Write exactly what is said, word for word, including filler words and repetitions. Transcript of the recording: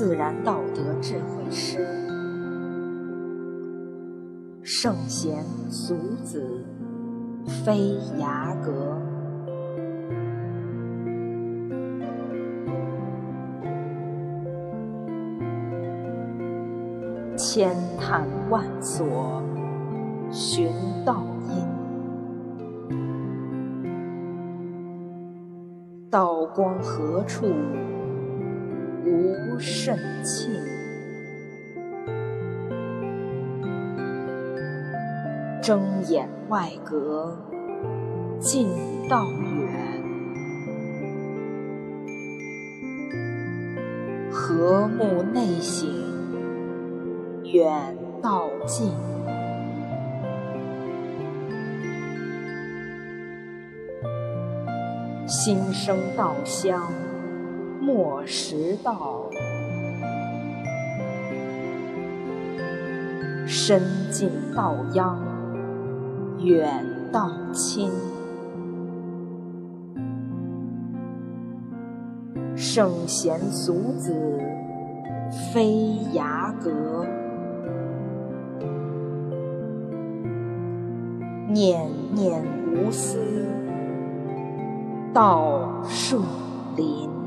自然道德智慧师，圣贤俗子非雅阁。千探万索寻道因，道光何处无甚罄。睁眼外阁近道远，和睦内省远道近。心生道香莫识道，身尽道殃远道亲。圣贤俗子非雅阁，念念无私道树林。